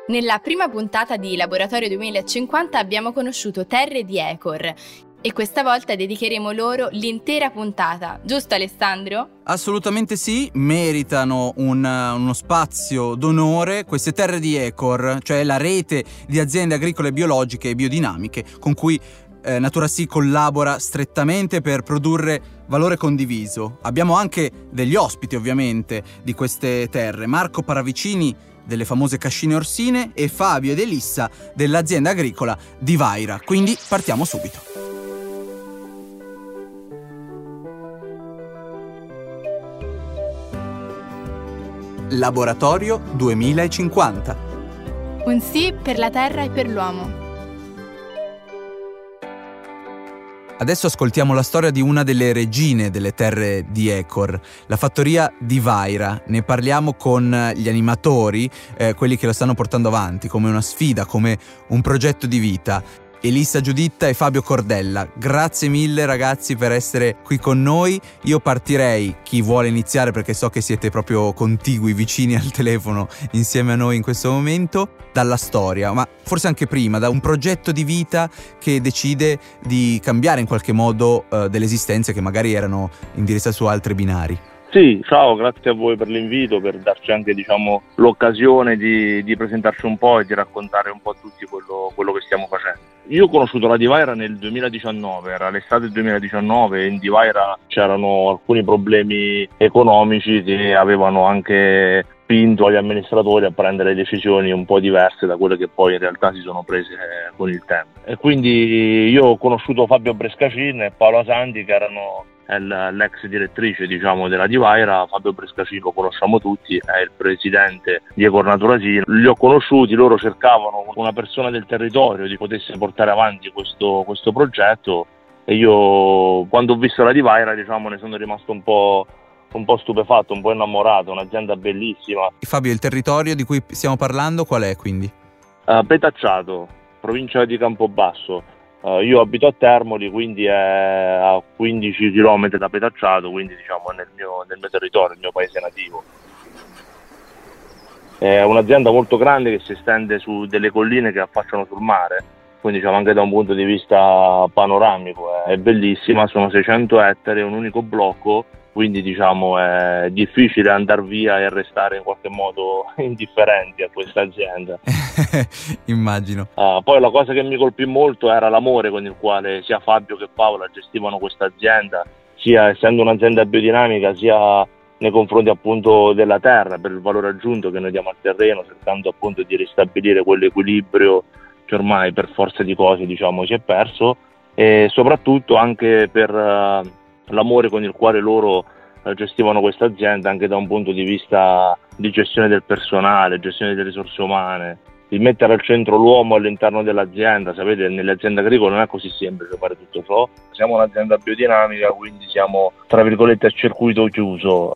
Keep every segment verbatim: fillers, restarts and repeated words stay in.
Nella prima puntata di Laboratorio duemilacinquanta abbiamo conosciuto Terre di Ecor e questa volta dedicheremo loro l'intera puntata, giusto Alessandro? Assolutamente sì, meritano un, uno spazio d'onore queste Terre di Ecor, cioè la rete di aziende agricole biologiche e biodinamiche con cui eh, Naturasì collabora strettamente per produrre valore condiviso. Abbiamo anche degli ospiti ovviamente di queste terre, Marco Paravicini delle famose Cascine Orsine e Fabio ed Elissa dell'azienda agricola di Vaira. Quindi partiamo subito. Laboratorio duemilacinquanta. Un sì per la terra e per l'uomo. Adesso ascoltiamo la storia di una delle regine delle terre di Ecor, la fattoria di Vaira. Ne parliamo con gli animatori, eh, quelli che lo stanno portando avanti come una sfida, come un progetto di vita. Elissa Giuditta e Fabio Cordella, grazie mille ragazzi per essere qui con noi. Io partirei, chi vuole iniziare perché so che siete proprio contigui, vicini al telefono insieme a noi in questo momento, dalla storia, ma forse anche prima, da un progetto di vita che decide di cambiare in qualche modo eh, delle esistenze che magari erano indirizzate su altri binari. Sì, ciao, grazie a voi per l'invito, per darci anche diciamo l'occasione di, di presentarci un po' e di raccontare un po' a tutti quello, quello che stiamo facendo. Io ho conosciuto la Divaira nel duemiladiciannove, era l'estate duemiladiciannove e in Divaira c'erano alcuni problemi economici che avevano anche spinto gli amministratori a prendere decisioni un po' diverse da quelle che poi in realtà si sono prese con il tempo. E quindi io ho conosciuto Fabio Brescacin e Paola Santi, che erano l'ex direttrice diciamo della Divaira. Fabio Brescacin lo conosciamo tutti, è il presidente di Ecor Naturasì. Li ho conosciuti, loro cercavano una persona del territorio che potesse portare avanti questo, questo progetto e io quando ho visto la Divaira diciamo ne sono rimasto un po' un po' stupefatto, un po' innamorato, un'azienda bellissima. Fabio, il territorio di cui stiamo parlando qual è quindi? Uh, Petacciato, provincia di Campobasso. Uh, io abito a Termoli, quindi è a quindici chilometri da Petacciato, quindi diciamo nel mio, nel mio territorio, il mio paese nativo. È un'azienda molto grande che si estende su delle colline che affacciano sul mare, quindi diciamo anche da un punto di vista panoramico è bellissima, sono seicento ettari, è un unico blocco, quindi diciamo è difficile andare via e restare in qualche modo indifferenti a questa azienda. Immagino. Uh, poi la cosa che mi colpì molto era l'amore con il quale sia Fabio che Paola gestivano questa azienda, sia essendo un'azienda biodinamica, sia nei confronti appunto della terra, per il valore aggiunto che noi diamo al terreno, cercando appunto di ristabilire quell'equilibrio che ormai per forza di cose diciamo si è perso, e soprattutto anche per uh, l'amore con il quale loro uh, gestivano questa azienda, anche da un punto di vista di gestione del personale, gestione delle risorse umane, di mettere al centro l'uomo all'interno dell'azienda. Sapete, nelle aziende agricole non è così semplice fare tutto ciò. Siamo un'azienda biodinamica, quindi siamo tra virgolette a circuito chiuso.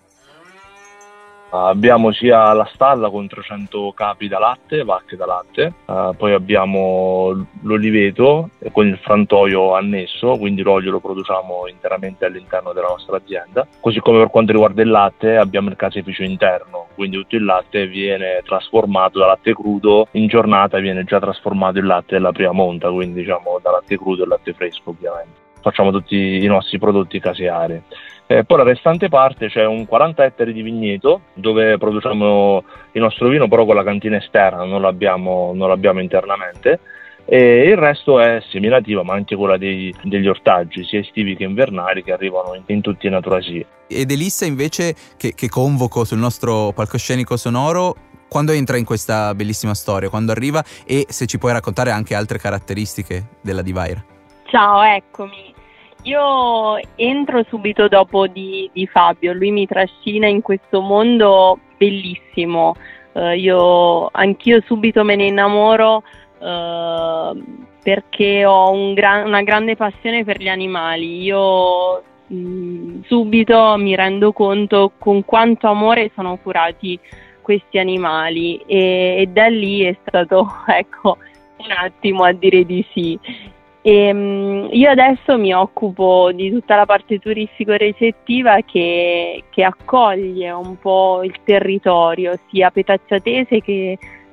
Abbiamo sia la stalla con trecento capi da latte, vacche da latte, uh, poi abbiamo l'oliveto con il frantoio annesso, quindi l'olio lo produciamo interamente all'interno della nostra azienda. Così come per quanto riguarda il latte abbiamo il caseificio interno, quindi tutto il latte viene trasformato da latte crudo, in giornata viene già trasformato in latte della prima monta, quindi diciamo da latte crudo e latte fresco ovviamente. Facciamo tutti i nostri prodotti caseari. Eh, poi la restante parte c'è un quaranta ettari di vigneto dove produciamo il nostro vino, però con la cantina esterna, non l'abbiamo, non l'abbiamo internamente, e il resto è seminativa, ma anche quella dei, degli ortaggi, sia estivi che invernali, che arrivano in, in tutti i Naturasì. Ed Elissa invece, che, che convoco sul nostro palcoscenico sonoro, quando entra in questa bellissima storia, quando arriva, e se ci puoi raccontare anche altre caratteristiche della Divaira. Ciao, eccomi. Io entro subito dopo di, di Fabio, lui mi trascina in questo mondo bellissimo, uh, io anch'io subito me ne innamoro uh, perché ho un gran, una grande passione per gli animali. Io mh, subito mi rendo conto con quanto amore sono curati questi animali e, e da lì è stato ecco un attimo a dire di sì. E, um, io adesso mi occupo di tutta la parte turistico-ricettiva che, che accoglie un po' il territorio sia petacciatese che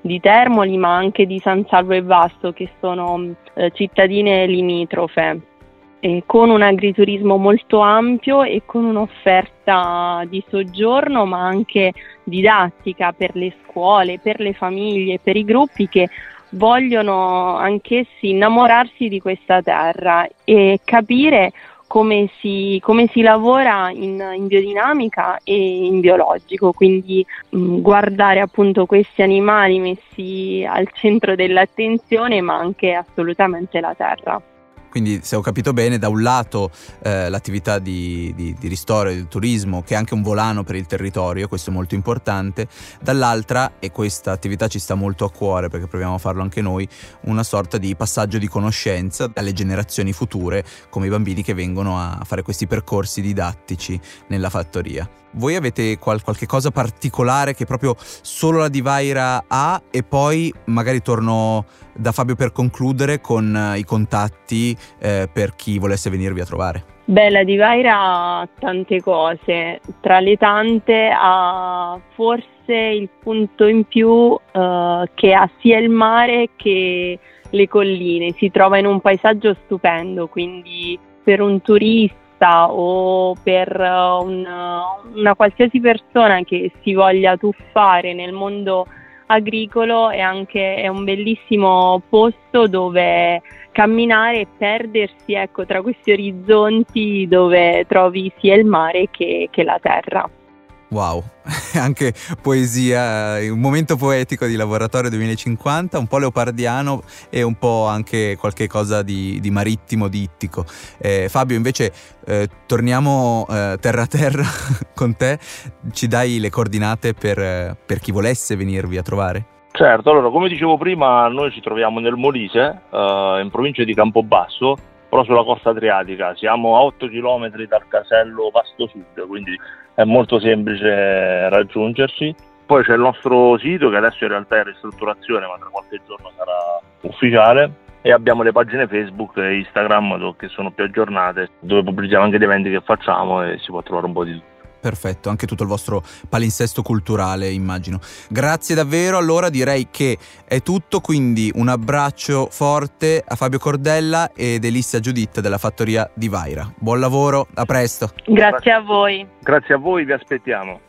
di Termoli, ma anche di San Salvo e Vasto, che sono eh, cittadine limitrofe, e con un agriturismo molto ampio e con un'offerta di soggiorno, ma anche didattica per le scuole, per le famiglie, per i gruppi che vogliono anch'essi innamorarsi di questa terra e capire come si, come si lavora in, in biodinamica e in biologico, quindi mh, guardare appunto questi animali messi al centro dell'attenzione, ma anche assolutamente la terra. Quindi, se ho capito bene, da un lato eh, l'attività di, di, di ristoro e di turismo, che è anche un volano per il territorio, questo è molto importante, dall'altra, e questa attività ci sta molto a cuore perché proviamo a farlo anche noi, una sorta di passaggio di conoscenza alle generazioni future, come i bambini che vengono a fare questi percorsi didattici nella fattoria. Voi avete qual- qualche cosa particolare che proprio solo la Divaira ha? E poi magari torno da Fabio per concludere con uh, i contatti eh, per chi volesse venirvi a trovare. Beh, la Divaira ha tante cose, tra le tante ha forse il punto in più uh, che ha sia il mare che le colline, si trova in un paesaggio stupendo, quindi per un turista o per una, una qualsiasi persona che si voglia tuffare nel mondo agricolo è anche è un bellissimo posto dove camminare e perdersi, ecco, tra questi orizzonti dove trovi sia il mare che, che la terra. Wow, anche poesia, un momento poetico di Laboratorio duemilacinquanta, un po' leopardiano e un po' anche qualche cosa di, di marittimo, di ittico. Eh, Fabio, invece, eh, torniamo eh, terra a terra con te, ci dai le coordinate per, per chi volesse venirvi a trovare? Certo, allora, come dicevo prima, noi ci troviamo nel Molise, eh, in provincia di Campobasso, però sulla costa adriatica. Siamo a otto chilometri dal casello Vasto Sud, quindi è molto semplice raggiungerci. Poi c'è il nostro sito, che adesso in realtà è in ristrutturazione, ma tra qualche giorno sarà ufficiale, e abbiamo le pagine Facebook e Instagram che sono più aggiornate, dove pubblichiamo anche gli eventi che facciamo e si può trovare un po' di tutto. Perfetto, anche tutto il vostro palinsesto culturale, immagino. Grazie davvero, allora direi che è tutto, quindi un abbraccio forte a Fabio Cordella ed Elissa Giuditta della fattoria Divaira. Buon lavoro, a presto. Grazie a voi. Grazie a voi, vi aspettiamo.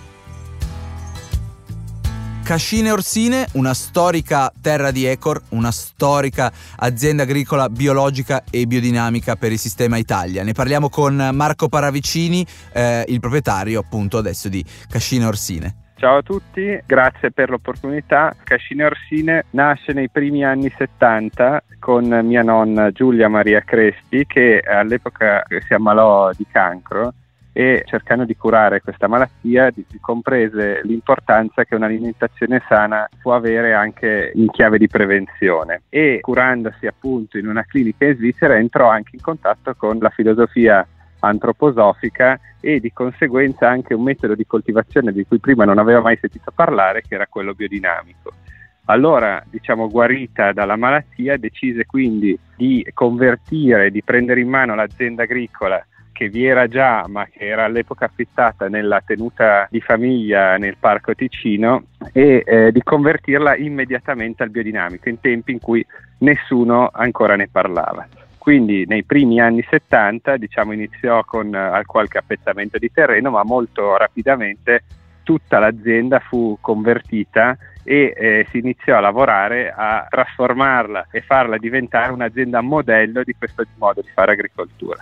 Cascine Orsine, una storica terra di Ecor, una storica azienda agricola biologica e biodinamica per il sistema Italia. Ne parliamo con Marco Paravicini, eh, il proprietario appunto adesso di Cascine Orsine. Ciao a tutti, grazie per l'opportunità. Cascine Orsine nasce nei primi anni settanta con mia nonna Giulia Maria Crespi, che all'epoca si ammalò di cancro, e cercando di curare questa malattia comprese l'importanza che un'alimentazione sana può avere anche in chiave di prevenzione, e curandosi appunto in una clinica in Svizzera entrò anche in contatto con la filosofia antroposofica e di conseguenza anche un metodo di coltivazione di cui prima non aveva mai sentito parlare, che era quello biodinamico. Allora, diciamo, guarita dalla malattia, decise quindi di convertire, di prendere in mano l'azienda agricola che vi era già, ma che era all'epoca affittata nella tenuta di famiglia nel Parco Ticino, e eh, di convertirla immediatamente al biodinamico in tempi in cui nessuno ancora ne parlava. Quindi nei primi anni settanta, diciamo, iniziò con eh, qualche appezzamento di terreno, ma molto rapidamente tutta l'azienda fu convertita e eh, si iniziò a lavorare a trasformarla e farla diventare un'azienda modello di questo modo di fare agricoltura.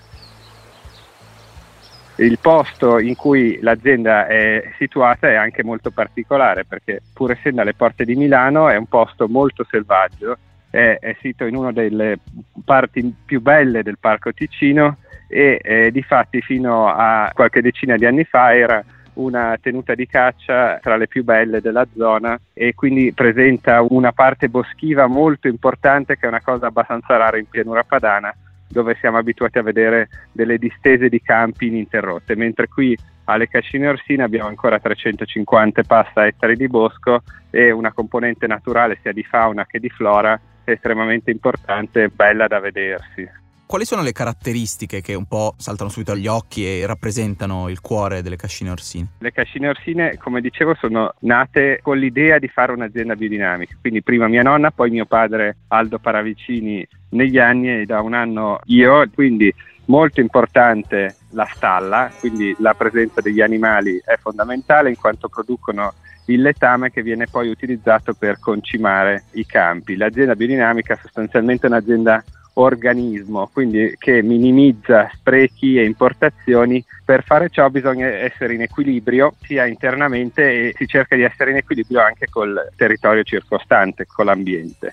Il posto in cui l'azienda è situata è anche molto particolare, perché pur essendo alle porte di Milano è un posto molto selvaggio, è, è sito in una delle parti più belle del Parco Ticino e eh, difatti fino a qualche decina di anni fa era una tenuta di caccia tra le più belle della zona, e quindi presenta una parte boschiva molto importante, che è una cosa abbastanza rara in pianura padana, dove siamo abituati a vedere delle distese di campi ininterrotte, mentre qui alle Cascine Orsine abbiamo ancora trecentocinquanta passa ettari di bosco e una componente naturale sia di fauna che di flora estremamente importante e bella da vedersi. quali sono le caratteristiche che un po' saltano subito agli occhi e rappresentano il cuore delle Cascine Orsine? Le Cascine Orsine, come dicevo, sono nate con l'idea di fare un'azienda biodinamica, quindi prima mia nonna, poi mio padre Aldo Paravicini negli anni e da un anno io, quindi molto importante la stalla, quindi la presenza degli animali è fondamentale in quanto producono il letame che viene poi utilizzato per concimare i campi. L'azienda biodinamica è sostanzialmente un'azienda organismo, quindi che minimizza sprechi e importazioni. Per fare ciò bisogna essere in equilibrio sia internamente e si cerca di essere in equilibrio anche col territorio circostante, con l'ambiente.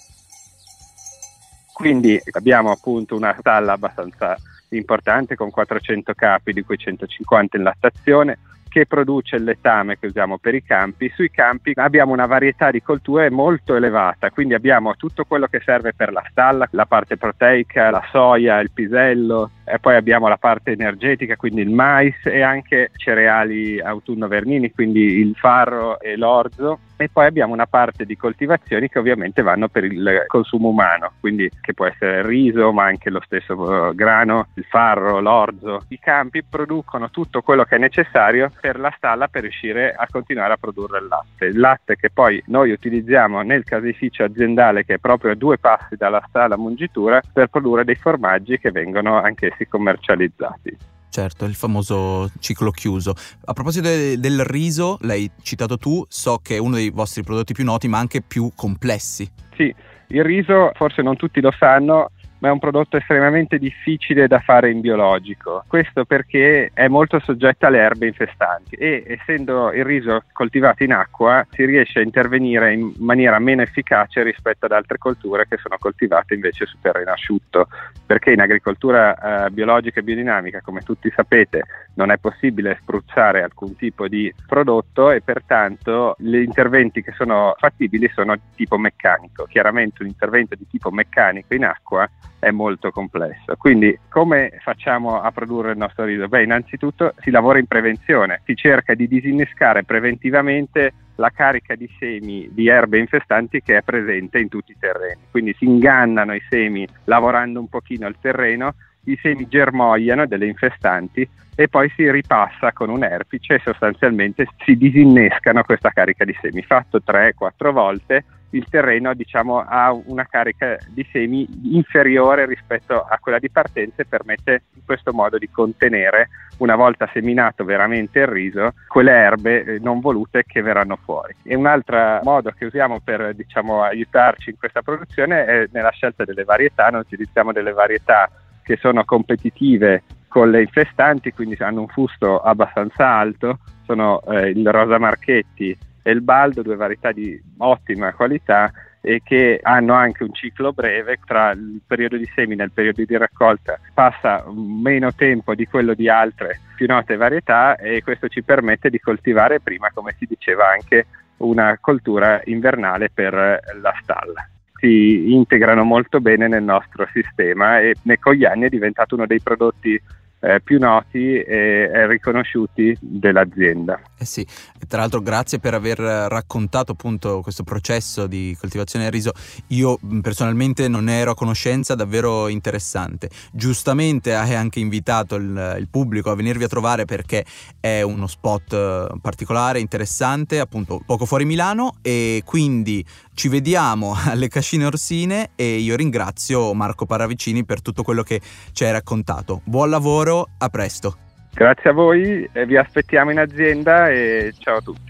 Quindi abbiamo appunto una stalla abbastanza importante con quattrocento capi, di cui centocinquanta in lattazione, che produce il letame che usiamo per i campi. Sui campi abbiamo una varietà di colture molto elevata, quindi abbiamo tutto quello che serve per la stalla, la parte proteica, la soia, il pisello, e poi abbiamo la parte energetica, quindi il mais e anche cereali autunno-vernini, quindi il farro e l'orzo, e poi abbiamo una parte di coltivazioni che ovviamente vanno per il consumo umano, quindi che può essere il riso ma anche lo stesso grano, il farro, l'orzo. I campi producono tutto quello che è necessario per la stalla per riuscire a continuare a produrre il latte. Il latte che poi noi utilizziamo nel caseificio aziendale, che è proprio a due passi dalla stalla mungitura, per produrre dei formaggi che vengono anch'essi commercializzati. Certo, il famoso ciclo chiuso. A proposito de- del riso, l'hai citato tu, so che è uno dei vostri prodotti più noti ma anche più complessi. Sì, il riso forse non tutti lo sanno, ma è un prodotto estremamente difficile da fare in biologico. Questo perché è molto soggetto alle erbe infestanti e essendo il riso coltivato in acqua si riesce a intervenire in maniera meno efficace rispetto ad altre colture che sono coltivate invece su terreno asciutto, perché in agricoltura eh, biologica e biodinamica, come tutti sapete, non è possibile spruzzare alcun tipo di prodotto e pertanto gli interventi che sono fattibili sono di tipo meccanico. Chiaramente un intervento di tipo meccanico in acqua è molto complesso. Quindi come facciamo a produrre il nostro riso? Beh, innanzitutto si lavora in prevenzione, si cerca di disinnescare preventivamente la carica di semi di erbe infestanti che è presente in tutti i terreni. Quindi si ingannano i semi lavorando un pochino il terreno, i semi germogliano delle infestanti e poi si ripassa con un erpice e sostanzialmente si disinnescano questa carica di semi. Fatto tre quattro volte, il terreno diciamo ha una carica di semi inferiore rispetto a quella di partenza e permette in questo modo di contenere, una volta seminato veramente il riso, quelle erbe non volute che verranno fuori. E un altro modo che usiamo per diciamo aiutarci in questa produzione è nella scelta delle varietà. Noi utilizziamo delle varietà che sono competitive con le infestanti, quindi hanno un fusto abbastanza alto, sono eh, il Rosa Marchetti e il Baldo, due varietà di ottima qualità e che hanno anche un ciclo breve. Tra il periodo di semina e il periodo di raccolta passa meno tempo di quello di altre più note varietà e questo ci permette di coltivare prima, come si diceva, anche una coltura invernale per la stalla. Si integrano molto bene nel nostro sistema e con gli anni è diventato uno dei prodotti Eh, più noti e eh, riconosciuti dell'azienda. Eh sì, e tra l'altro grazie per aver raccontato appunto questo processo di coltivazione del riso. Io personalmente non ero a conoscenza, davvero interessante. Giustamente hai anche invitato il, il pubblico a venirvi a trovare perché è uno spot particolare, interessante, appunto poco fuori Milano, e quindi ci vediamo alle Cascine Orsine e io ringrazio Marco Paravicini per tutto quello che ci hai raccontato. Buon lavoro, a presto. Grazie a voi, vi aspettiamo in azienda e ciao a tutti.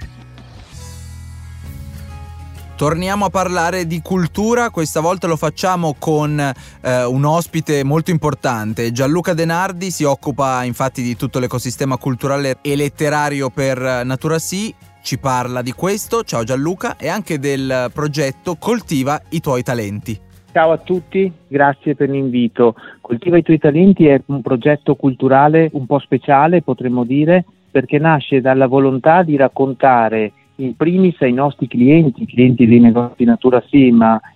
Torniamo a parlare di cultura, questa volta lo facciamo con eh, un ospite molto importante. Gianluca Denardi si occupa infatti di tutto l'ecosistema culturale e letterario per Naturasì. Ci parla di questo, ciao Gianluca, e anche del progetto Coltiva i tuoi talenti. Ciao a tutti, grazie per l'invito. Coltiva i tuoi talenti è un progetto culturale un po' speciale, potremmo dire, perché nasce dalla volontà di raccontare in primis ai nostri clienti, clienti dei negozi Naturasì, ma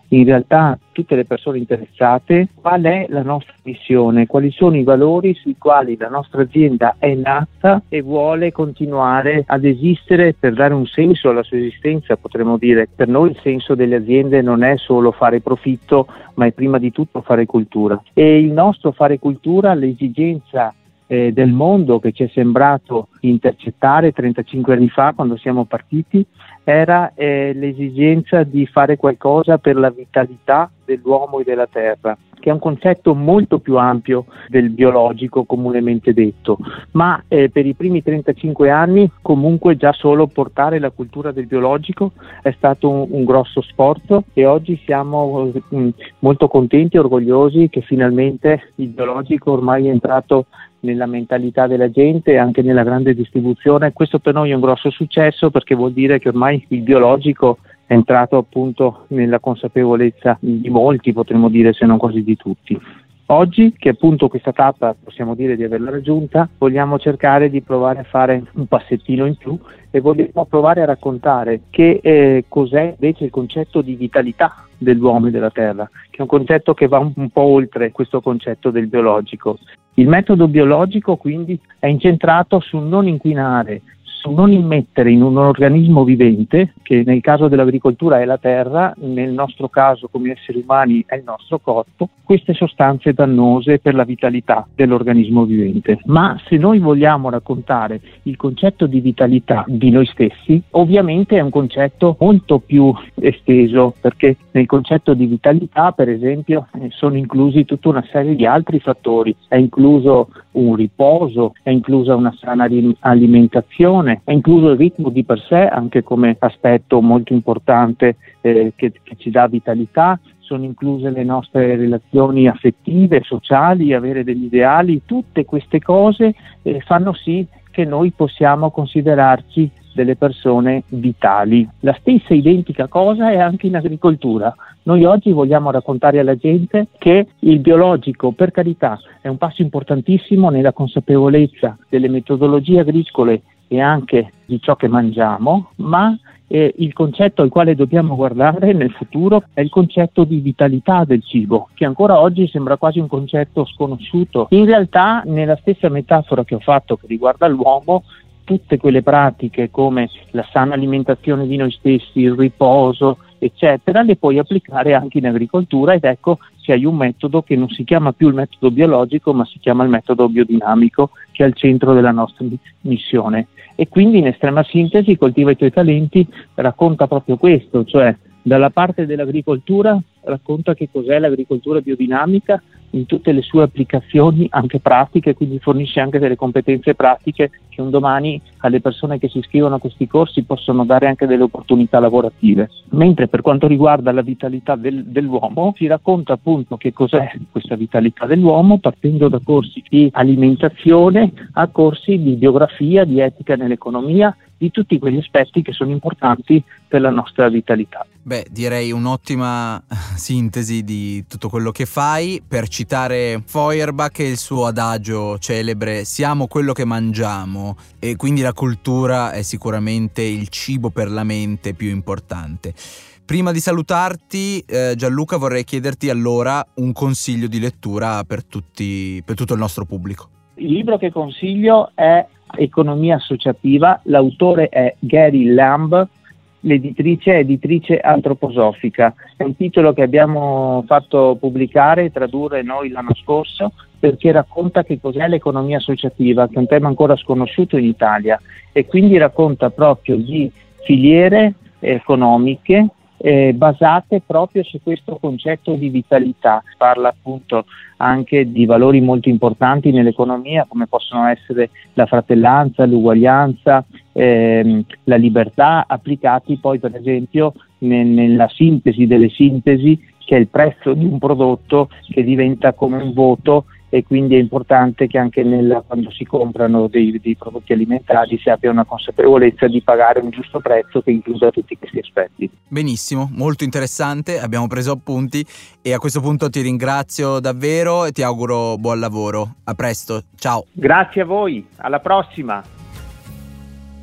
in realtà tutte le persone interessate qual è la nostra missione, quali sono i valori sui quali la nostra azienda è nata e vuole continuare ad esistere per dare un senso alla sua esistenza. Potremmo dire, per noi il senso delle aziende non è solo fare profitto, ma è prima di tutto fare cultura. E il nostro fare cultura, l'esigenza eh, del mondo che ci è sembrato intercettare trentacinque anni fa quando siamo partiti, era eh, l'esigenza di fare qualcosa per la vitalità dell'uomo e della terra, che è un concetto molto più ampio del biologico comunemente detto, ma eh, per i primi trentacinque anni comunque già solo portare la cultura del biologico è stato un, un grosso sforzo, e oggi siamo mh, molto contenti e orgogliosi che finalmente il biologico ormai è entrato nella mentalità della gente e anche nella grande distribuzione. Questo per noi è un grosso successo, perché vuol dire che ormai il biologico è entrato appunto nella consapevolezza di molti, potremmo dire, se non quasi di tutti. Oggi, che appunto questa tappa possiamo dire di averla raggiunta, vogliamo cercare di provare a fare un passettino in più e vogliamo provare a raccontare che eh, cos'è invece il concetto di vitalità dell'uomo e della terra, che è un concetto che va un, un po' oltre questo concetto del biologico. Il metodo biologico quindi è incentrato su non inquinare, su non immettere in un organismo vivente, che nel caso dell'agricoltura è la terra, nel nostro caso come esseri umani è il nostro corpo, queste sostanze dannose per la vitalità dell'organismo vivente. Ma se noi vogliamo raccontare il concetto di vitalità di noi stessi, ovviamente è un concetto molto più esteso, perché nel concetto di vitalità, per esempio, sono inclusi tutta una serie di altri fattori. È incluso un riposo, è inclusa una sana alimentazione, è incluso il ritmo di per sé anche come aspetto molto importante eh, che, che ci dà vitalità. Sono incluse le nostre relazioni affettive, sociali, avere degli ideali. Tutte queste cose eh, fanno sì che noi possiamo considerarci delle persone vitali. La stessa identica cosa è anche in agricoltura. Noi oggi vogliamo raccontare alla gente che il biologico, per carità, è un passo importantissimo nella consapevolezza delle metodologie agricole e anche di ciò che mangiamo, ma eh, il concetto al quale dobbiamo guardare nel futuro è il concetto di vitalità del cibo, che ancora oggi sembra quasi un concetto sconosciuto. In realtà, nella stessa metafora che ho fatto che riguarda l'uomo, tutte quelle pratiche come la sana alimentazione di noi stessi, il riposo, eccetera, le puoi applicare anche in agricoltura, ed ecco che hai un metodo che non si chiama più il metodo biologico, ma si chiama il metodo biodinamico, che è al centro della nostra missione. E quindi, in estrema sintesi, Coltiva i tuoi talenti racconta proprio questo, cioè dalla parte dell'agricoltura racconta che cos'è l'agricoltura biodinamica in tutte le sue applicazioni anche pratiche, quindi fornisce anche delle competenze pratiche che un domani alle persone che si iscrivono a questi corsi possono dare anche delle opportunità lavorative. Mentre per quanto riguarda la vitalità del, dell'uomo, si racconta appunto che cos'è questa vitalità dell'uomo, partendo da corsi di alimentazione a corsi di biografia, di etica nell'economia, di tutti quegli aspetti che sono importanti per la nostra vitalità. Beh, direi un'ottima sintesi di tutto quello che fai. Per citare Feuerbach e il suo adagio celebre "siamo quello che mangiamo", e quindi la cultura è sicuramente il cibo per la mente più importante. Prima di salutarti, eh, Gianluca, vorrei chiederti allora un consiglio di lettura per tutti, per tutto il nostro pubblico. Il libro che consiglio è Economia associativa, l'autore è Gary Lamb, l'editrice è editrice antroposofica. È un titolo che abbiamo fatto pubblicare e tradurre noi l'anno scorso, perché racconta che cos'è l'economia associativa, che è un tema ancora sconosciuto in Italia, e quindi racconta proprio di filiere economiche Eh, basate proprio su questo concetto di vitalità. Parla appunto anche di valori molto importanti nell'economia, come possono essere la fratellanza, l'uguaglianza, ehm, la libertà, applicati poi per esempio ne- nella sintesi delle sintesi, che è il prezzo di un prodotto che diventa come un voto, e quindi è importante che anche nella, quando si comprano dei, dei prodotti alimentari si abbia una consapevolezza di pagare un giusto prezzo che includa tutti questi aspetti. Benissimo, molto interessante, abbiamo preso appunti, e a questo punto ti ringrazio davvero e ti auguro buon lavoro. A presto, ciao. Grazie a voi, alla prossima.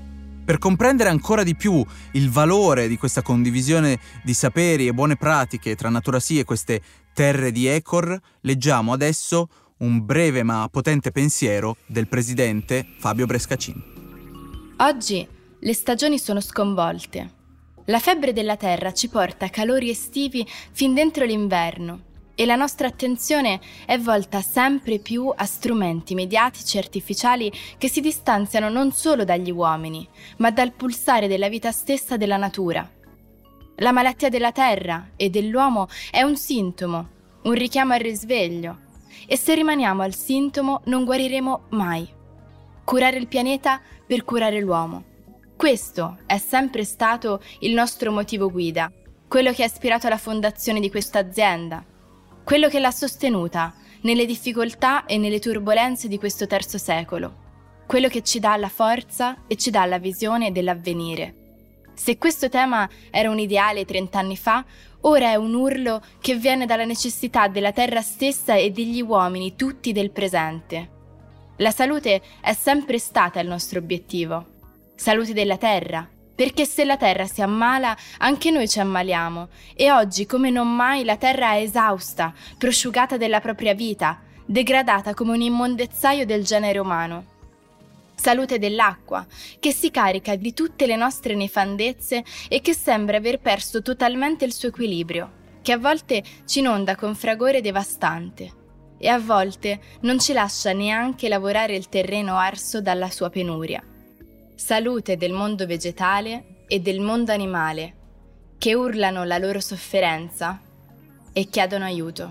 Per comprendere ancora di più il valore di questa condivisione di saperi e buone pratiche tra Naturasì e queste terre di Ecor, leggiamo adesso un breve ma potente pensiero del presidente Fabio Brescacin. Oggi le stagioni sono sconvolte. La febbre della terra ci porta a calori estivi fin dentro l'inverno e la nostra attenzione è volta sempre più a strumenti mediatici e artificiali che si distanziano non solo dagli uomini, ma dal pulsare della vita stessa della natura. La malattia della terra e dell'uomo è un sintomo, un richiamo al risveglio, e se rimaniamo al sintomo non guariremo mai. Curare il pianeta per curare l'uomo. Questo è sempre stato il nostro motivo guida, quello che ha ispirato la fondazione di questa azienda, quello che l'ha sostenuta nelle difficoltà e nelle turbolenze di questo terzo secolo, quello che ci dà la forza e ci dà la visione dell'avvenire. Se questo tema era un ideale trent'anni fa, ora è un urlo che viene dalla necessità della terra stessa e degli uomini tutti del presente. La salute è sempre stata il nostro obiettivo. Salute della terra, perché se la terra si ammala, anche noi ci ammaliamo, e oggi come non mai la terra è esausta, prosciugata della propria vita, degradata come un immondezzaio del genere umano. Salute dell'acqua, che si carica di tutte le nostre nefandezze e che sembra aver perso totalmente il suo equilibrio, che a volte ci inonda con fragore devastante e a volte non ci lascia neanche lavorare il terreno arso dalla sua penuria. Salute del mondo vegetale e del mondo animale, che urlano la loro sofferenza e chiedono aiuto.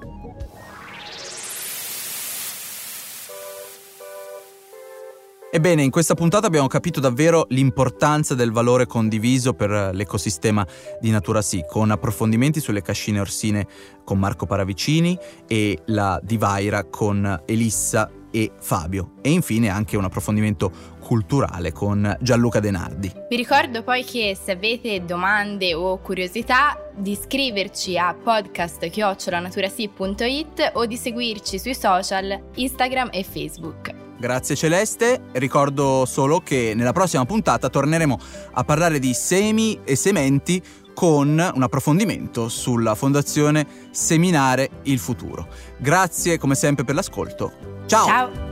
Ebbene, in questa puntata abbiamo capito davvero l'importanza del valore condiviso per l'ecosistema di Naturasì, con approfondimenti sulle cascine orsine con Marco Paravicini e la Divaira con Elissa e Fabio, e infine anche un approfondimento culturale con Gianluca Denardi. Vi ricordo poi che se avete domande o curiosità di scriverci a podcast chiocciola naturasì punto it o di seguirci sui social Instagram e Facebook. Grazie Celeste, ricordo solo che nella prossima puntata torneremo a parlare di semi e sementi con un approfondimento sulla fondazione Seminare il Futuro. Grazie come sempre per l'ascolto. Ciao! Ciao!